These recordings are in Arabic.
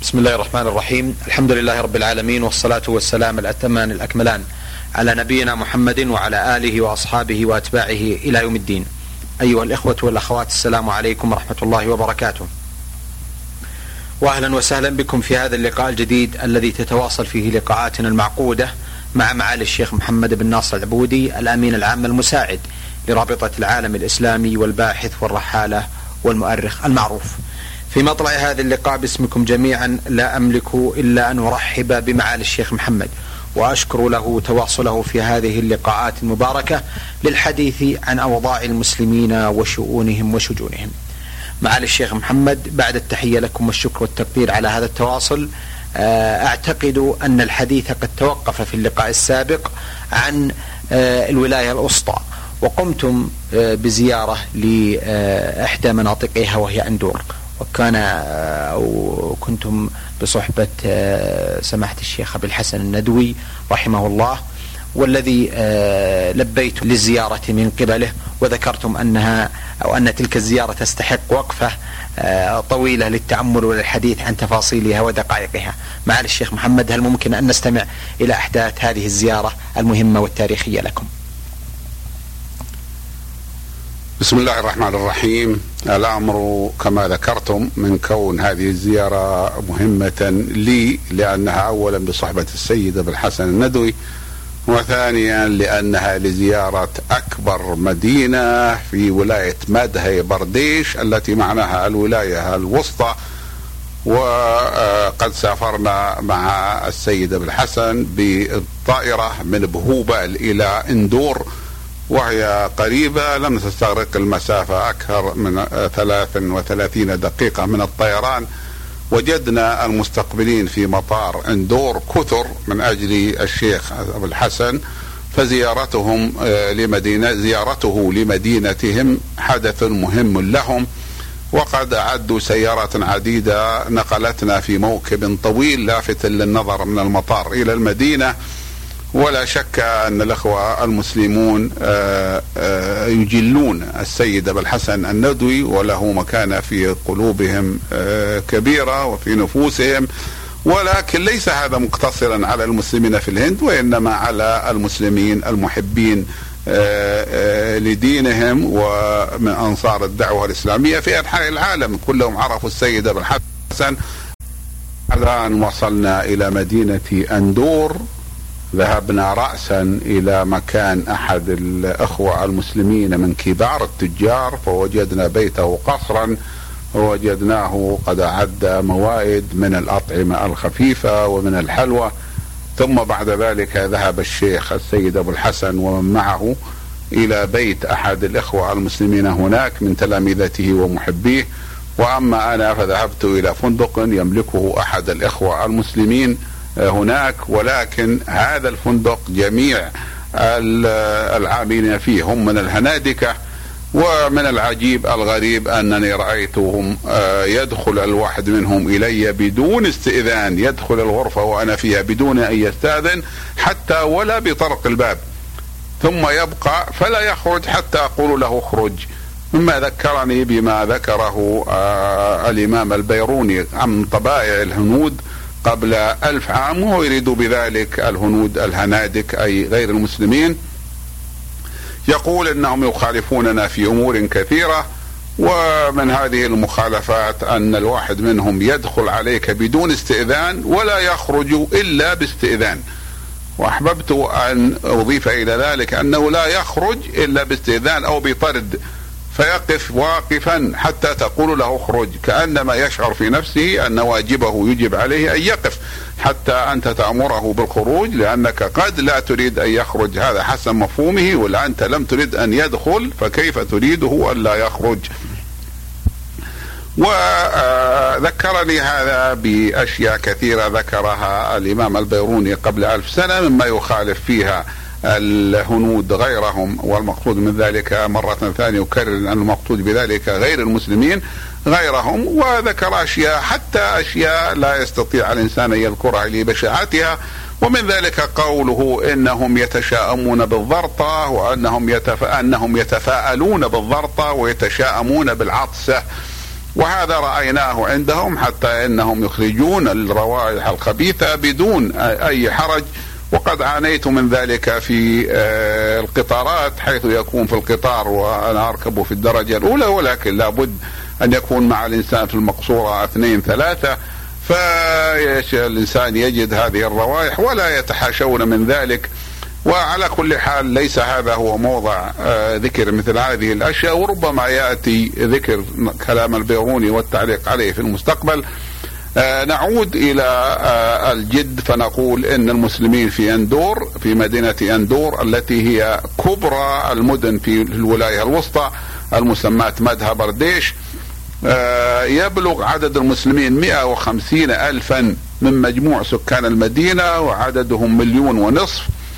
بسم الله الرحمن الرحيم. الحمد لله رب العالمين، والصلاة والسلام الأتمان الأكملان على نبينا محمد وعلى آله وأصحابه وأتباعه إلى يوم الدين. أيها الإخوة والأخوات، السلام عليكم ورحمة الله وبركاته، وأهلا وسهلا بكم في هذا اللقاء الجديد الذي تتواصل فيه لقاءاتنا المعقودة مع معالي الشيخ محمد بن ناصر العبودي، الأمين العام المساعد لرابطة العالم الإسلامي والباحث والرحالة والمؤرخ المعروف. في مطلع هذا اللقاء باسمكم جميعا لا أملك إلا أن أرحب بمعالي الشيخ محمد وأشكر له تواصله في هذه اللقاءات المباركة للحديث عن أوضاع المسلمين وشؤونهم وشجونهم. معالي الشيخ محمد، بعد التحية لكم والشكر والتقدير على هذا التواصل، أعتقد أن الحديث قد توقف في اللقاء السابق عن الولاية الوسطى، وقمتم بزيارة لإحدى مناطقها وهي أندور، كنتم بصحبة سماحة الشيخ أبي الحسن الندوي رحمه الله، والذي لبيت للزيارة من قبله، وذكرتم أن تلك الزيارة تستحق وقفة طويلة للتأمل وللحديث عن تفاصيلها ودقائقها. معالي الشيخ محمد، هل ممكن أن نستمع إلى أحداث هذه الزيارة المهمة والتاريخية لكم؟ بسم الله الرحمن الرحيم. الأمر كما ذكرتم من كون هذه الزيارة مهمة لي، لأنها أولا بصحبة السيد أبي الحسن الندوي، وثانيا لأنها لزيارة أكبر مدينة في ولاية مدهي برديش التي معناها الولاية الوسطى. وقد سافرنا مع السيد أبي الحسن بالطائرة من بهوبال إلى اندور، وهي قريبة، لم تستغرق المسافة أكثر من 33 دقيقة من الطيران. وجدنا المستقبلين في مطار اندور كثر من أجل الشيخ أبو الحسن، فزيارته لمدينتهم حدث مهم لهم، وقد أعدوا سيارات عديدة نقلتنا في موكب طويل لافت للنظر من المطار إلى المدينة. ولا شك أن الأخوة المسلمون يجلون السيد أبي الحسن الندوي، وله مكانة في قلوبهم كبيرة وفي نفوسهم، ولكن ليس هذا مقتصرا على المسلمين في الهند، وإنما على المسلمين المحبين لدينهم ومن أنصار الدعوة الإسلامية في أنحاء العالم. كلهم عرفوا السيد أبي الحسن. الآن وصلنا إلى مدينة أندور، ذهبنا رأسا إلى مكان أحد الأخوة المسلمين من كبار التجار، فوجدنا بيته قصرا، ووجدناه قد أعد موائد من الأطعمة الخفيفة ومن الحلوى. ثم بعد ذلك ذهب الشيخ السيد أبو الحسن ومن معه إلى بيت أحد الأخوة المسلمين هناك من تلامذته ومحبيه، وأما أنا فذهبت إلى فندق يملكه أحد الأخوة المسلمين هناك، ولكن هذا الفندق جميع العاملين فيه هم من الهنادكة. ومن العجيب الغريب أنني رأيتهم يدخل الواحد منهم إلي بدون استئذان، يدخل الغرفة وأنا فيها بدون أن يستأذن حتى ولا بطرق الباب، ثم يبقى فلا يخرج حتى أقول له اخرج، مما ذكرني بما ذكره الإمام البيروني عن طبائع الهنود قبل 1000 عام، وهو يريد بذلك الهنود الهنادك أي غير المسلمين. يقول إنهم يخالفوننا في أمور كثيرة، ومن هذه المخالفات أن الواحد منهم يدخل عليك بدون استئذان ولا يخرج إلا باستئذان. وأحببت أن أضيف إلى ذلك أنه لا يخرج إلا باستئذان أو بطرد، فيقف واقفا حتى تقول له اخرج، كأنما يشعر في نفسه أن واجبه يجب عليه أن يقف حتى أنت تأمره بالخروج، لأنك قد لا تريد أن يخرج، هذا حسب مفهومه، ولا أنت لم تريد أن يدخل فكيف تريده أن لا يخرج. وذكرني هذا بأشياء كثيرة ذكرها الإمام البيروني قبل 1000 سنة مما يخالف فيها الهنود غيرهم، والمقصود من ذلك مرة ثانية يكرر أن المقصود بذلك غير المسلمين غيرهم. وذكر أشياء حتى أشياء لا يستطيع الإنسان أن يذكرها لبشاعتها، ومن ذلك قوله إنهم يتشاءمون بالضرطة، وأنهم يتفاءلون بالضرطة ويتشاءمون بالعطسة. وهذا رأيناه عندهم، حتى إنهم يخرجون الروائح الخبيثة بدون أي حرج. وقد عانيت من ذلك في القطارات، حيث يكون في القطار وأنا أركب في الدرجة الأولى، ولكن لابد أن يكون مع الإنسان في المقصورة 2 3، فالإنسان يجد هذه الروائح ولا يتحاشون من ذلك. وعلى كل حال ليس هذا هو موضع ذكر مثل هذه الأشياء، وربما يأتي ذكر كلام البيروني والتعليق عليه في المستقبل. نعود إلى الجد، فنقول إن المسلمين في أندور، في مدينة أندور التي هي كبرى المدن في الولاية الوسطى المسماة مدها برديش، يبلغ عدد المسلمين 150,000 من مجموع سكان المدينة، وعددهم 1.5 مليون.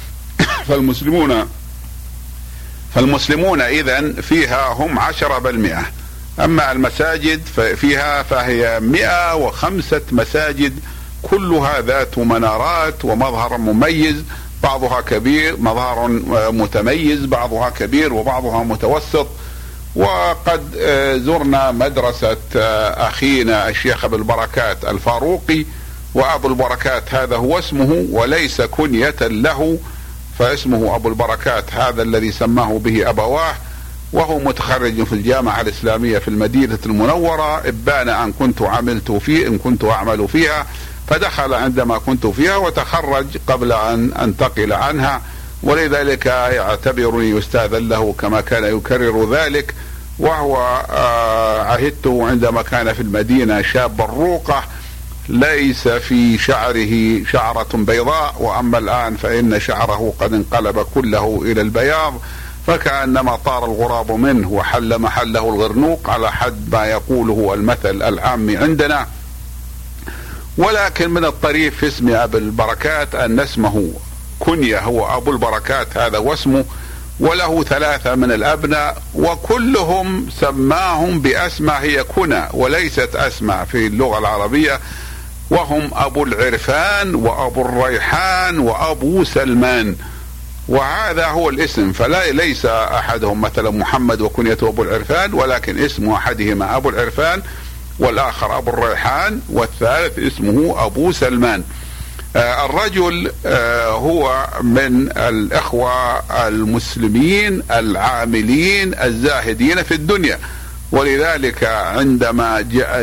فالمسلمون إذن فيها هم 10%. أما المساجد فيها فهي 105 مساجد، كلها ذات منارات ومظهر مميز، بعضها كبير، مظهر متميز، بعضها كبير وبعضها متوسط. وقد زرنا مدرسة أخينا الشيخ أبو البركات الفاروقي، وأبو البركات هذا هو اسمه وليس كنية له، فاسمه أبو البركات هذا الذي سماه به أبواه، وهو متخرج في الجامعة الإسلامية في المدينة المنورة، إبان أن كنت أعمل فيها، فدخل عندما كنت فيها وتخرج قبل أن أنتقل عنها، ولذلك يعتبرني أستاذا له كما كان يكرر ذلك. وهو عهدته عندما كان في المدينة شاب الروقة، ليس في شعره شعرة بيضاء، وأما الآن فإن شعره قد انقلب كله إلى البياض، فكأنما طار الغراب منه وحل محله الغرنوق، على حد ما يقوله المثل العام عندنا. ولكن من الطريف في اسم أبو البركات أن اسمه كنية، هو أبو البركات هذا واسمه، وله 3 من الأبناء، وكلهم سماهم بأسماء هي كنى وليست أسماء في اللغة العربية، وهم أبو العرفان وأبو الريحان وأبو سلمان، وهذا هو الاسم. ليس أحدهم مثلا محمد وكنيته أبو العرفان، ولكن اسم أحدهما أبو العرفان والآخر أبو الريحان والثالث اسمه أبو سلمان. الرجل هو من الإخوة المسلمين العاملين الزاهدين في الدنيا، ولذلك عندما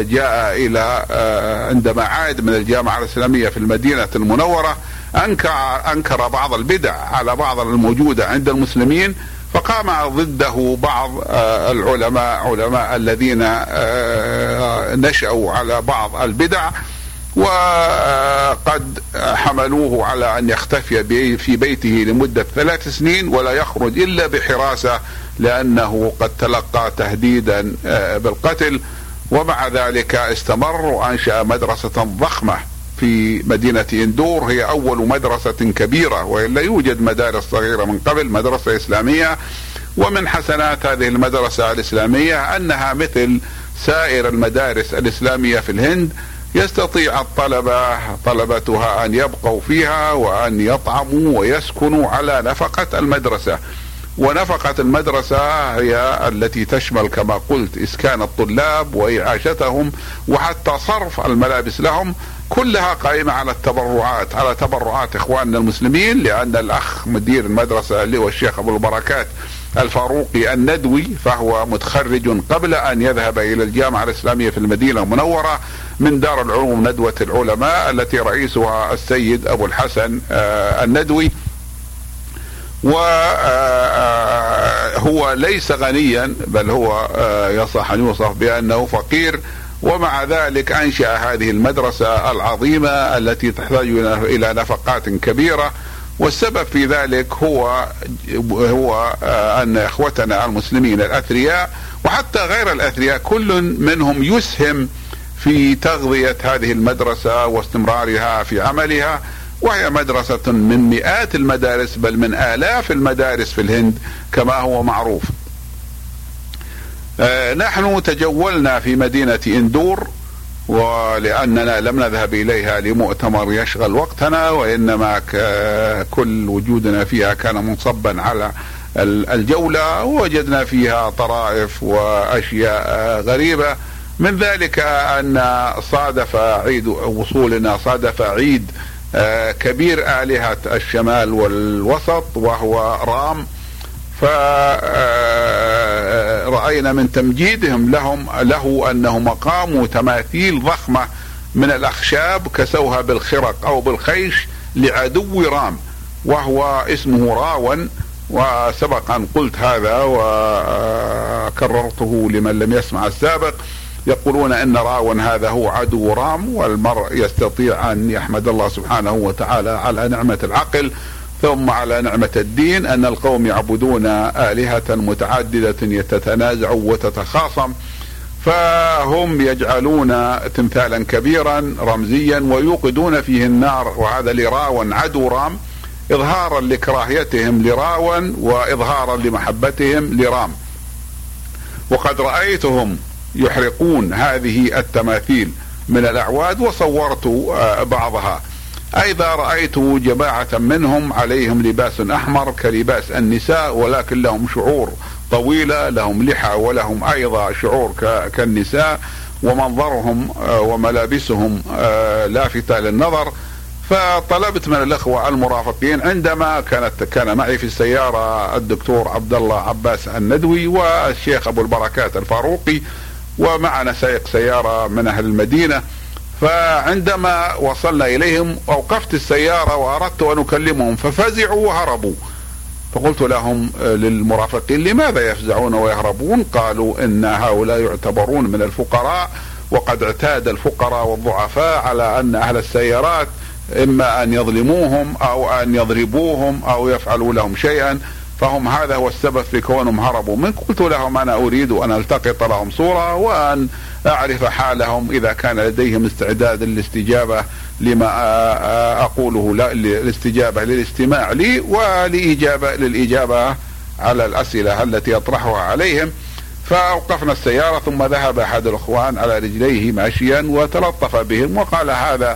عندما عاد من الجامعة الإسلامية في المدينة المنورة أنكر بعض البدع على بعض الموجودة عند المسلمين، فقام ضده بعض علماء الذين نشأوا على بعض البدع، وقد حملوه على أن يختفي في بيته لمدة 3 سنين ولا يخرج إلا بحراسة، لأنه قد تلقى تهديدا بالقتل. ومع ذلك استمر وأنشأ مدرسة ضخمة في مدينة أندور، هي أول مدرسة كبيرة، وإلا يوجد مدارس صغيرة من قبل، مدرسة إسلامية. ومن حسنات هذه المدرسة الإسلامية أنها مثل سائر المدارس الإسلامية في الهند، يستطيع طلبتها أن يبقوا فيها وأن يطعموا ويسكنوا على نفقة المدرسة. ونفقة المدرسة هي التي تشمل كما قلت إسكان الطلاب وإعاشتهم وحتى صرف الملابس لهم، كلها قائمة على التبرعات، على تبرعات إخواننا المسلمين. لأن الأخ مدير المدرسة اللي هو الشيخ أبو البركات الفاروقي الندوي، فهو متخرج قبل أن يذهب إلى الجامعة الإسلامية في المدينة المنورة من دار العلوم ندوة العلماء التي رئيسها السيد أبو الحسن الندوي. وهو ليس غنيا، بل هو يصح أن يوصف بأنه فقير، ومع ذلك أنشأ هذه المدرسة العظيمة التي تحتاج إلى نفقات كبيرة. والسبب في ذلك هو أن إخوتنا المسلمين الأثرياء وحتى غير الأثرياء كل منهم يسهم في تغذية هذه المدرسة واستمرارها في عملها، وهي مدرسة من مئات المدارس بل من آلاف المدارس في الهند كما هو معروف. نحن تجولنا في مدينة أندور، ولأننا لم نذهب إليها لمؤتمر يشغل وقتنا، وإنما كل وجودنا فيها كان منصبا على الجولة، ووجدنا فيها طرائف وأشياء غريبة. من ذلك أن صادف عيد وصولنا صادف عيد كبير آلهة الشمال والوسط وهو رام، فرأينا من تمجيدهم له أنهم أقاموا تماثيل ضخمة من الأخشاب كسوها بالخرق أو بالخيش لعدو رام وهو اسمه راون، وسبق أن قلت هذا وكررته لمن لم يسمع السابق. يقولون ان راون هذا هو عدو رام، والمرء يستطيع ان يحمد الله سبحانه وتعالى على نعمة العقل ثم على نعمة الدين، ان القوم يعبدون آلهة متعددة تتنازع وتتخاصم، فهم يجعلون تمثالا كبيرا رمزيا ويوقدون فيه النار، وهذا لراون عدو رام اظهارا لكراهيتهم لراون واظهارا لمحبتهم لرام. وقد رأيتهم يحرقون هذه التماثيل من الأعواد وصورت بعضها. أيضا رأيت جماعة منهم عليهم لباس أحمر كلباس النساء، ولكن لهم شعور طويلة، لهم لحى ولهم أيضا شعور كالنساء، ومنظرهم وملابسهم لافتة للنظر. فطلبت من الأخوة المرافقين عندما كان معي في السيارة الدكتور عبد الله عباس الندوي والشيخ أبو البركات الفاروقي، ومعنا سائق سيارة من أهل المدينة، فعندما وصلنا إليهم أوقفت السيارة وأردت أن أكلمهم ففزعوا وهربوا. فقلت لهم للمرافقين لماذا يفزعون ويهربون؟ قالوا إن هؤلاء يعتبرون من الفقراء، وقد اعتاد الفقراء والضعفاء على أن أهل السيارات إما أن يظلموهم أو أن يضربوهم أو يفعلوا لهم شيئا، فهم هذا هو السبب في كونهم هربوا من. قلت لهم أنا أريد أن ألتقط لهم صورة وأن أعرف حالهم إذا كان لديهم استعداد للاستجابة لما أقوله، الاستجابة للاستماع لي للإجابة على الأسئلة التي أطرحها عليهم. فأوقفنا السيارة ثم ذهب أحد الأخوان على رجليه ماشيا وتلطف بهم وقال هذا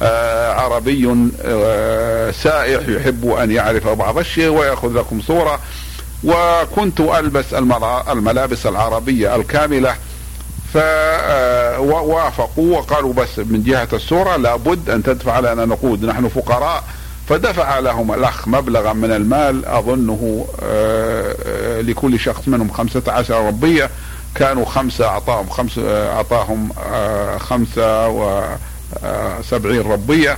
عربي سائح يحب أن يعرف بعض الشيء ويأخذ لكم صورة. وكنت ألبس الملابس العربية الكاملة، فوافقوا وقالوا بس من جهة الصورة لابد أن تدفع لنا نقود، نحن فقراء. فدفع لهم الأخ مبلغا من المال أظنه لكل شخص منهم 15 ربية، كانوا 5 أعطاهم 75 ربية.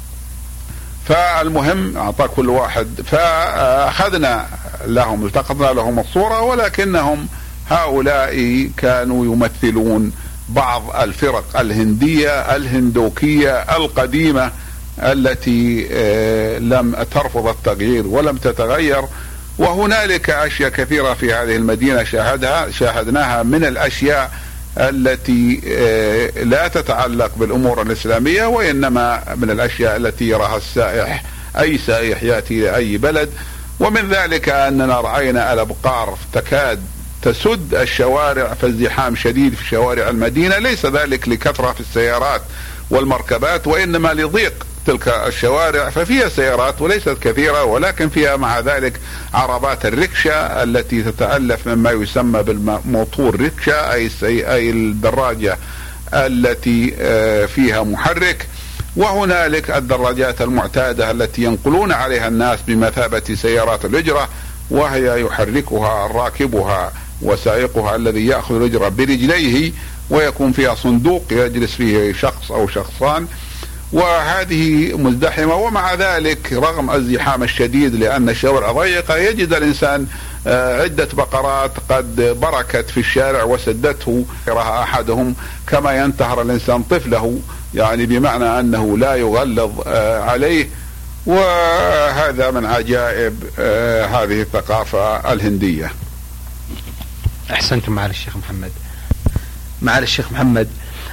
فالمهم أعطى كل واحد، فأخذنا لهم التقطنا لهم الصورة، ولكنهم هؤلاء كانوا يمثلون بعض الفرق الهندية الهندوكية القديمة التي لم ترفض التغيير ولم تتغير. وهنالك أشياء كثيرة في هذه المدينة شاهدناها من الأشياء التي لا تتعلق بالأمور الإسلامية، وإنما من الأشياء التي يراها السائح، أي سائح يأتي لأي بلد. ومن ذلك أننا رأينا الأبقار تكاد تسد الشوارع، فازدحام شديد في شوارع المدينة، ليس ذلك لكثرة في السيارات والمركبات وإنما لضيق تلك الشوارع، ففيها سيارات وليست كثيرة، ولكن فيها مع ذلك عربات الركشة التي تتألف مما يسمى بالموتور ركشة، أي الدراجة التي فيها محرك. وهنالك الدراجات المعتادة التي ينقلون عليها الناس بمثابة سيارات الأجرة، وهي يحركها راكبها وسائقها الذي يأخذ الأجرة برجليه، ويكون فيها صندوق يجلس فيه شخص أو شخصان، وهذه مزدحمة. ومع ذلك رغم الزحام الشديد لأن الشوارع ضيقة يجد الإنسان عدة بقرات قد بركت في الشارع وسدته، يراها أحدهم كما ينتهر الإنسان طفله، يعني بمعنى أنه لا يغلظ عليه. وهذا من عجائب هذه الثقافة الهندية. أحسنتم معالي الشيخ محمد. معالي الشيخ محمد،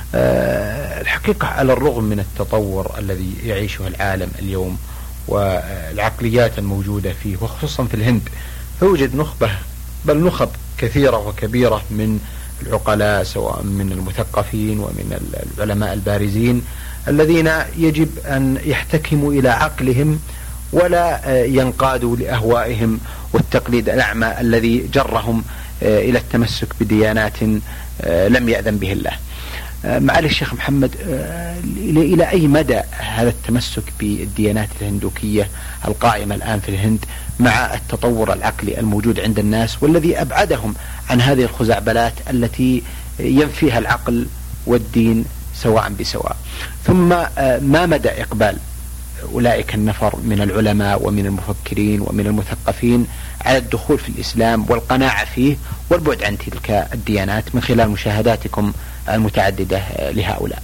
الحقيقة على الرغم من التطور الذي يعيشه العالم اليوم والعقليات الموجودة فيه وخصوصا في الهند، فيوجد نخبة بل نخب كثيرة وكبيرة من العقلاء سواء من المثقفين ومن العلماء البارزين الذين يجب أن يحتكموا إلى عقلهم ولا ينقادوا لأهوائهم والتقليد الأعمى الذي جرهم إلى التمسك بديانات لم يأذن به الله. معالي الشيخ محمد، إلى أي مدى هذا التمسك بالديانات الهندوكية القائمة الآن في الهند مع التطور العقلي الموجود عند الناس والذي أبعدهم عن هذه الخزعبلات التي ينفيها العقل والدين سواء بسواء؟ ثم ما مدى إقبال أولئك النفر من العلماء ومن المفكرين ومن المثقفين على الدخول في الإسلام والقناعة فيه والبعد عن تلك الديانات من خلال مشاهداتكم المتعددة لهؤلاء؟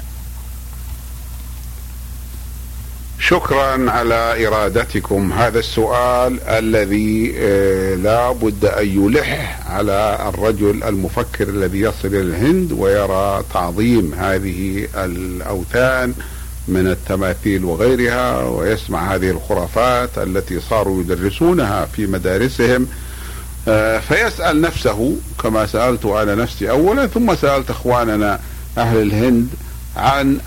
شكرا على إرادتكم هذا السؤال الذي لا بد أن يلح على الرجل المفكر الذي يصل إلى الهند ويرى تعظيم هذه الأوثان من التماثيل وغيرها، ويسمع هذه الخرافات التي صاروا يدرسونها في مدارسهم، فيسأل نفسه كما سألت أنا نفسي أولا، ثم سألت أخواننا أهل الهند عن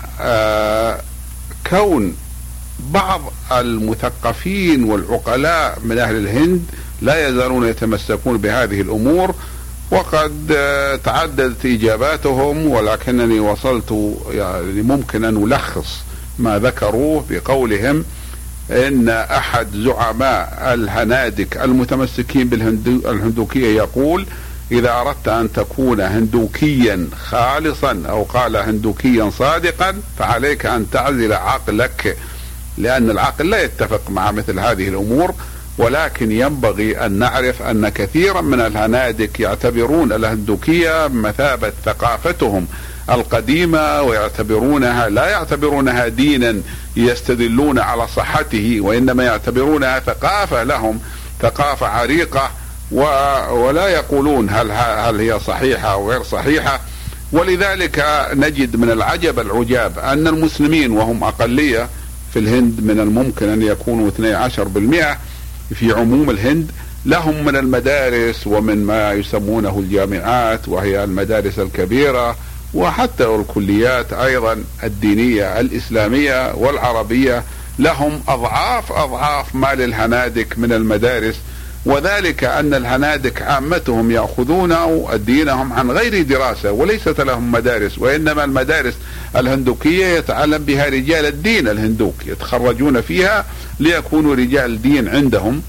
كون بعض المثقفين والعقلاء من أهل الهند لا يزالون يتمسكون بهذه الأمور، وقد تعددت إجاباتهم، ولكنني وصلت يعني ممكن أن ألخص ما ذكروه بقولهم إن أحد زعماء الهنادك المتمسكين بالهندوكية يقول: إذا أردت أن تكون هندوكيا خالصا، أو قال هندوكيا صادقا، فعليك أن تعزل عقلك، لأن العقل لا يتفق مع مثل هذه الأمور. ولكن ينبغي أن نعرف أن كثيرا من الهنادك يعتبرون الهندوكية مثابة ثقافتهم القديمة، ويعتبرونها لا يعتبرونها دينا يستدلون على صحته، وإنما يعتبرونها ثقافة لهم، ثقافة عريقة، ولا يقولون هل هي صحيحة أو غير صحيحة. ولذلك نجد من العجب العجاب أن المسلمين، وهم أقلية في الهند، من الممكن أن يكونوا 12% في عموم الهند، لهم من المدارس ومن ما يسمونه الجامعات، وهي المدارس الكبيرة، وحتى الكليات أيضا الدينية الإسلامية والعربية، لهم أضعاف ما للهنادك من المدارس. وذلك أن الهنادك عامتهم يأخذون دينهم عن غير دراسة، وليست لهم مدارس، وإنما المدارس الهندوكية يتعلم بها رجال الدين الهندوك، يتخرجون فيها ليكونوا رجال دين عندهم.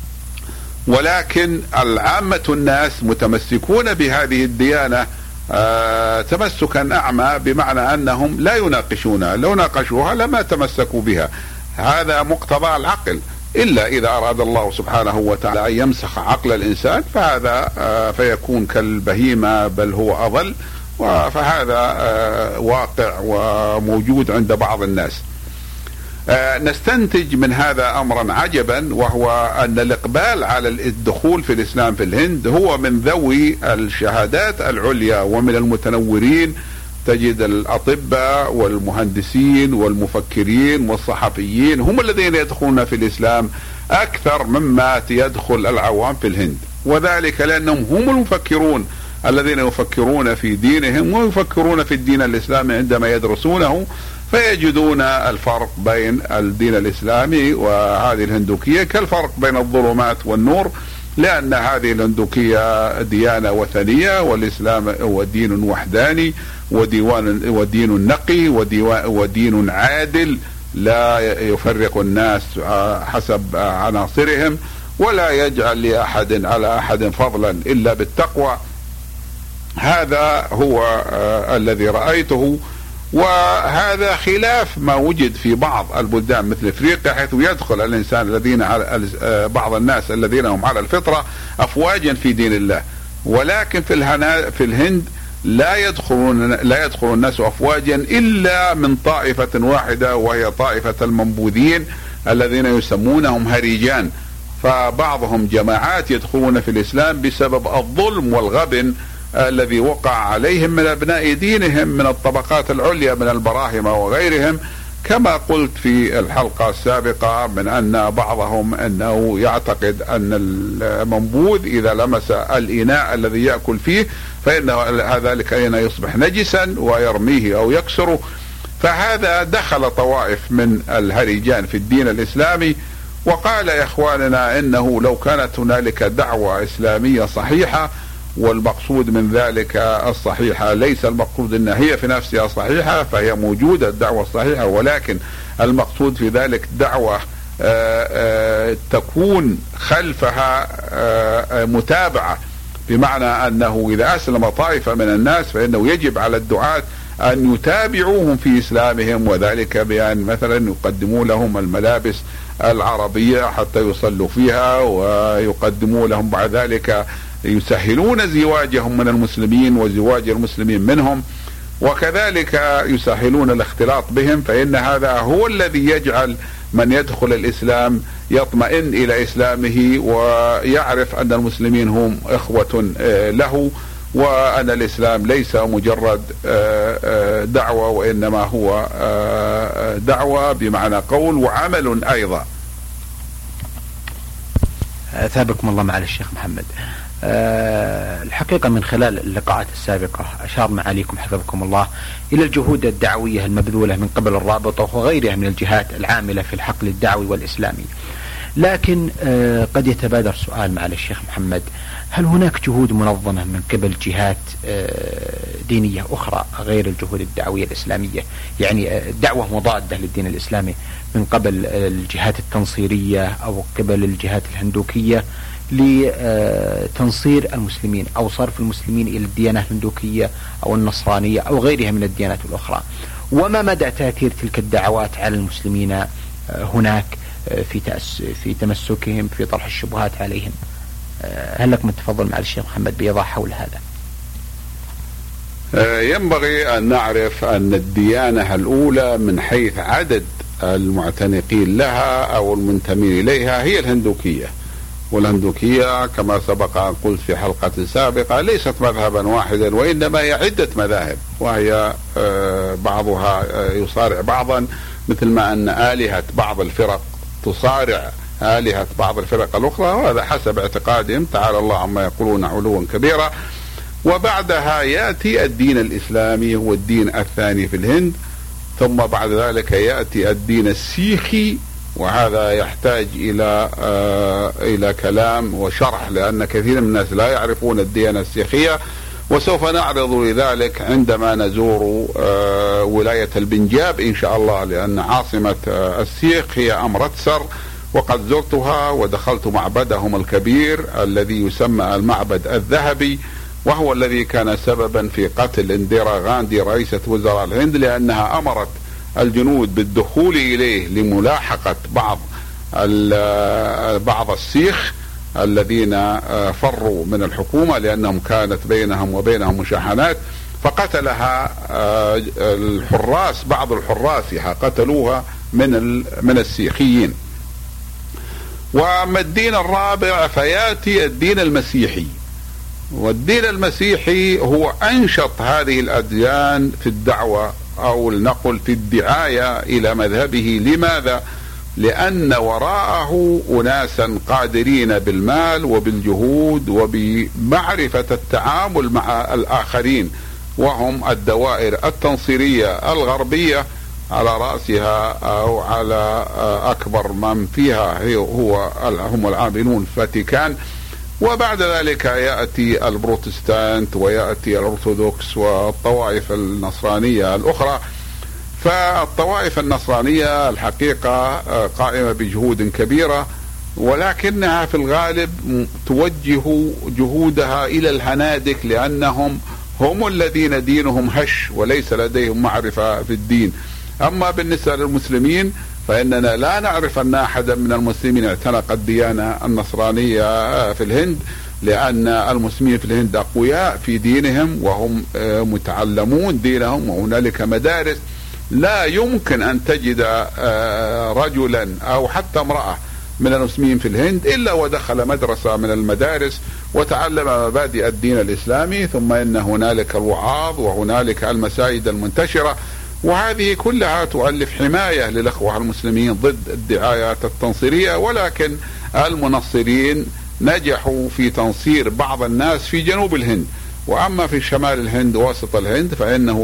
ولكن العامة الناس متمسكون بهذه الديانة تمسكا أعمى، بمعنى أنهم لا يناقشونها، لو ناقشوها لما تمسكوا بها. هذا مقتضى العقل، إلا إذا أراد الله سبحانه وتعالى أن يمسخ عقل الإنسان، فهذا فيكون كالبهيمة بل هو أضل، فهذا واقع وموجود عند بعض الناس. نستنتج من هذا أمرا عجبا، وهو أن الإقبال على الدخول في الإسلام في الهند هو من ذوي الشهادات العليا ومن المتنورين. تجد الأطباء والمهندسين والمفكرين والصحفيين هم الذين يدخلون في الإسلام أكثر مما يدخل العوام في الهند، وذلك لأنهم هم المفكرون الذين يفكرون في دينهم ويفكرون في الدين الإسلامي عندما يدرسونه، فيجدون الفرق بين الدين الإسلامي وهذه الهندوكية كالفرق بين الظلمات والنور، لأن هذه الهندوكية ديانة وثنية، والإسلام هو دين وحداني ودين نقي ودين عادل، لا يفرق الناس حسب عناصرهم، ولا يجعل لأحد على أحد فضلا إلا بالتقوى. هذا هو الذي رأيته، وهذا خلاف ما وجد في بعض البلدان مثل افريقيا، حيث يدخل الانسان الذين على بعض الناس الذين هم على الفطرة افواجا في دين الله، ولكن في الهند لا يدخل الناس افواجا الا من طائفة واحدة، وهي طائفة المنبوذين الذين يسمونهم هريجان. فبعضهم جماعات يدخلون في الاسلام بسبب الظلم والغبن الذي وقع عليهم من أبناء دينهم من الطبقات العليا من البراهمة وغيرهم، كما قلت في الحلقة السابقة من أن بعضهم أنه يعتقد أن المنبوذ إذا لمس الإناء الذي يأكل فيه فإن ذلك الإناء يصبح نجسا ويرميه أو يكسره. فهذا دخل طوائف من الهريجان في الدين الإسلامي، وقال يا إخواننا إنه لو كانت هنالك دعوة إسلامية صحيحة والمقصود من ذلك الصحيحة، ليس المقصود أنها هي في نفسها صحيحة، فهي موجودة الدعوة الصحيحة، ولكن المقصود في ذلك دعوة تكون خلفها متابعة، بمعنى أنه إذا أسلم طائفة من الناس فإنه يجب على الدعاة أن يتابعوهم في إسلامهم، وذلك بأن مثلا يقدموا لهم الملابس العربية حتى يصلوا فيها، ويقدموا لهم بعد ذلك يسهلون زواجهم من المسلمين وزواج المسلمين منهم، وكذلك يسهلون الاختلاط بهم، فإن هذا هو الذي يجعل من يدخل الإسلام يطمئن إلى إسلامه ويعرف أن المسلمين هم إخوة له، وأن الإسلام ليس مجرد دعوة، وإنما هو دعوة بمعنى قول وعمل أيضا. أثابكم الله معالي الشيخ محمد. الحقيقة من خلال اللقاءات السابقة أشار معاليكم حفظكم الله إلى الجهود الدعوية المبذولة من قبل الرابطة وغيرها من الجهات العاملة في الحقل الدعوي والإسلامي، لكن قد يتبادر سؤال معالي الشيخ محمد: هل هناك جهود منظمة من قبل جهات دينية أخرى غير الجهود الدعوية الإسلامية، يعني دعوة مضادة للدين الإسلامي من قبل الجهات التنصيرية أو قبل الجهات الهندوكية لتنصير المسلمين أو صرف المسلمين إلى الديانة الهندوكية أو النصرانية أو غيرها من الديانات الأخرى؟ وما مدى تأثير تلك الدعوات على المسلمين هناك في تمسكهم في طرح الشبهات عليهم؟ هل لكم التفضل مع الشيخ محمد بإيضاح حول هذا؟ ينبغي أن نعرف أن الديانة الأولى من حيث عدد المعتنقين لها أو المنتمين إليها هي الهندوكية، والهندوكية كما سبق أن قلت في حلقة سابقة ليست مذهبا واحدا، وإنما هي عدة مذاهب، وهي بعضها يصارع بعضا، مثل ما أن آلهة بعض الفرق تصارع آلهة بعض الفرق الأخرى، وهذا حسب اعتقادهم، تعالى الله عما يقولون علوا كبيرا. وبعدها يأتي الدين الإسلامي هو الدين الثاني في الهند، ثم بعد ذلك يأتي الدين السيخي، وهذا يحتاج إلى كلام وشرح، لأن كثير من الناس لا يعرفون الديانة السيخية، وسوف نعرض لذلك عندما نزور ولاية البنجاب إن شاء الله، لأن عاصمة السيخ هي أمرتسر، وقد زرتها ودخلت معبدهم الكبير الذي يسمى المعبد الذهبي، وهو الذي كان سببا في قتل انديرا غاندي رئيسة وزراء الهند، لأنها أمرت الجنود بالدخول إليه لملاحقة بعض السيخ الذين فروا من الحكومة، لأنهم كانت بينهم وبينهم مشاحنات، فقتلها الحراس، بعض الحراس قتلوها من السيخيين. وأما الدين الرابع فيأتي الدين المسيحي، والدين المسيحي هو أنشط هذه الأديان في الدعوة أو لنقل في الدعاية إلى مذهبه. لماذا؟ لأن وراءه أناسا قادرين بالمال وبالجهود وبمعرفة التعامل مع الآخرين، وهم الدوائر التنصيرية الغربية على رأسها أو على أكبر من فيها هم العاملون في الفاتيكان، وبعد ذلك يأتي البروتستانت ويأتي الأرثوذكس والطوائف النصرانية الأخرى. فالطوائف النصرانية الحقيقة قائمة بجهود كبيرة، ولكنها في الغالب توجه جهودها إلى الهنادك، لأنهم هم الذين دينهم هش وليس لديهم معرفة في الدين. أما بالنسبة للمسلمين فإننا لا نعرف أن أحدا من المسلمين اعتنق الديانة النصرانية في الهند، لأن المسلمين في الهند أقوياء في دينهم وهم متعلمون دينهم، وهنالك مدارس لا يمكن أن تجد رجلا أو حتى امرأة من المسلمين في الهند إلا ودخل مدرسة من المدارس وتعلم مبادئ الدين الإسلامي، ثم إن هنالك الوعاظ وهنالك المساجد المنتشرة، وهذه كلها تؤلف حماية للأخوة المسلمين ضد الدعايات التنصيرية. ولكن المنصرين نجحوا في تنصير بعض الناس في جنوب الهند، وأما في شمال الهند ووسط الهند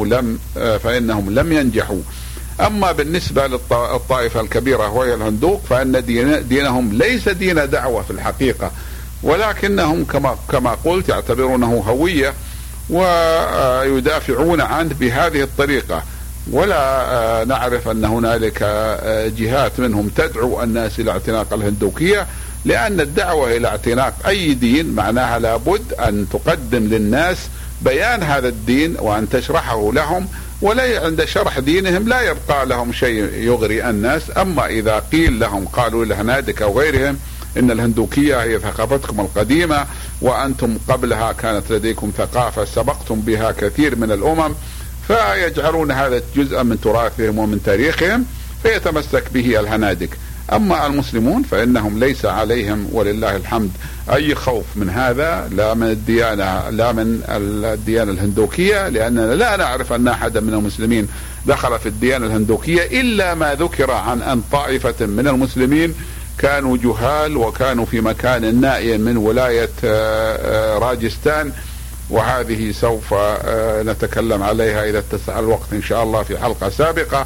فإنهم لم ينجحوا. أما بالنسبة للطائفة الكبيرة وهي الهندوك فإن دينهم ليس دين دعوة في الحقيقة، ولكنهم كما قلت يعتبرونه هوية ويدافعون عنه بهذه الطريقة، ولا نعرف أن هنالك جهات منهم تدعو الناس إلى اعتناق الهندوكية، لأن الدعوة إلى اعتناق أي دين معناها لابد أن تقدم للناس بيان هذا الدين وأن تشرحه لهم، ولا عند شرح دينهم لا يبقى لهم شيء يغري الناس. أما إذا قيل لهم، قالوا الهنادكة وغيرهم، إن الهندوكية هي ثقافتكم القديمة وأنتم قبلها كانت لديكم ثقافة سبقتم بها كثير من الأمم، فيجعلون هذا جزءا من تراثهم ومن تاريخهم فيتمسك به الهنادك. أما المسلمون فإنهم ليس عليهم ولله الحمد أي خوف من هذا، لا من الديانة الهندوكية، لأننا لا نعرف أن أحدا من المسلمين دخل في الديانة الهندوكية إلا ما ذكر عن أن طائفة من المسلمين كانوا جهال وكانوا في مكان نائم من ولاية راجستان، وهذه سوف نتكلم عليها إذا اتسع الوقت إن شاء الله في حلقة سابقة.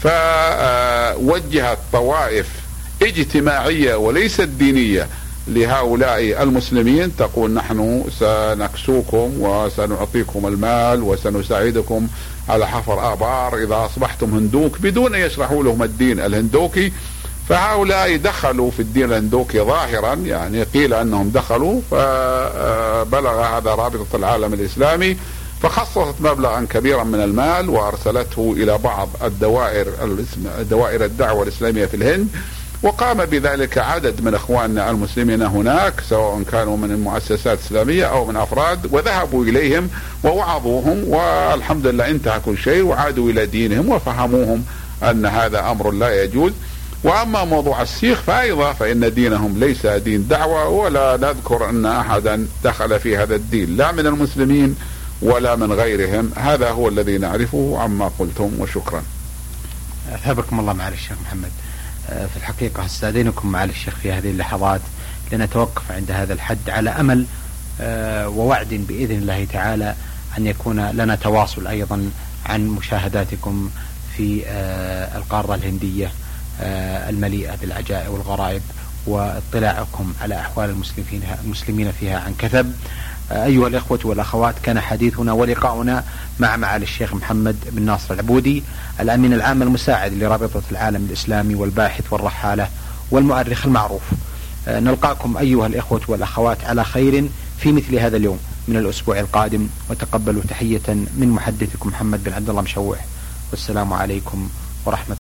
فوجهت طوائف اجتماعية وليست دينية لهؤلاء المسلمين تقول نحن سنكسوكم وسنعطيكم المال وسنساعدكم على حفر آبار إذا أصبحتم هندوك، بدون أن يشرحوا لهم الدين الهندوكي. فهؤلاء دخلوا في الدين الهندوكي ظاهرا، يعني قيل أنهم دخلوا، فبلغ هذا رابطة العالم الإسلامي فخصصت مبلغا كبيرا من المال وأرسلته إلى بعض دوائر الدعوة الإسلامية في الهند، وقام بذلك عدد من إخواننا المسلمين هناك سواء كانوا من المؤسسات الإسلامية أو من أفراد، وذهبوا إليهم ووعظوهم، والحمد لله انتهى كل شيء وعادوا إلى دينهم وفهموهم أن هذا أمر لا يجوز. وأما موضوع السيخ فأيضا فإن دينهم ليس دين دعوة، ولا نذكر أن أحدا دخل في هذا الدين لا من المسلمين ولا من غيرهم. هذا هو الذي نعرفه عما قلتم، وشكرا. أثابكم الله معالي الشيخ محمد. في الحقيقة استأذنكم معالي الشيخ في هذه اللحظات لنتوقف عند هذا الحد، على أمل ووعد بإذن الله تعالى أن يكون لنا تواصل أيضا عن مشاهداتكم في القارة الهندية المليئة بالعجائب والغرائب، واطلاعكم على أحوال المسلمين فيها عن كثب. أيها الإخوة والأخوات، كان حديثنا ولقاؤنا مع معالي الشيخ محمد بن ناصر العبودي، الأمين العام المساعد لرابطة العالم الإسلامي والباحث والرحالة والمؤرخ المعروف. نلقاكم أيها الإخوة والأخوات على خير في مثل هذا اليوم من الأسبوع القادم، وتقبلوا تحية من محدثكم محمد بن عبد الله مشوح، والسلام عليكم ورحمة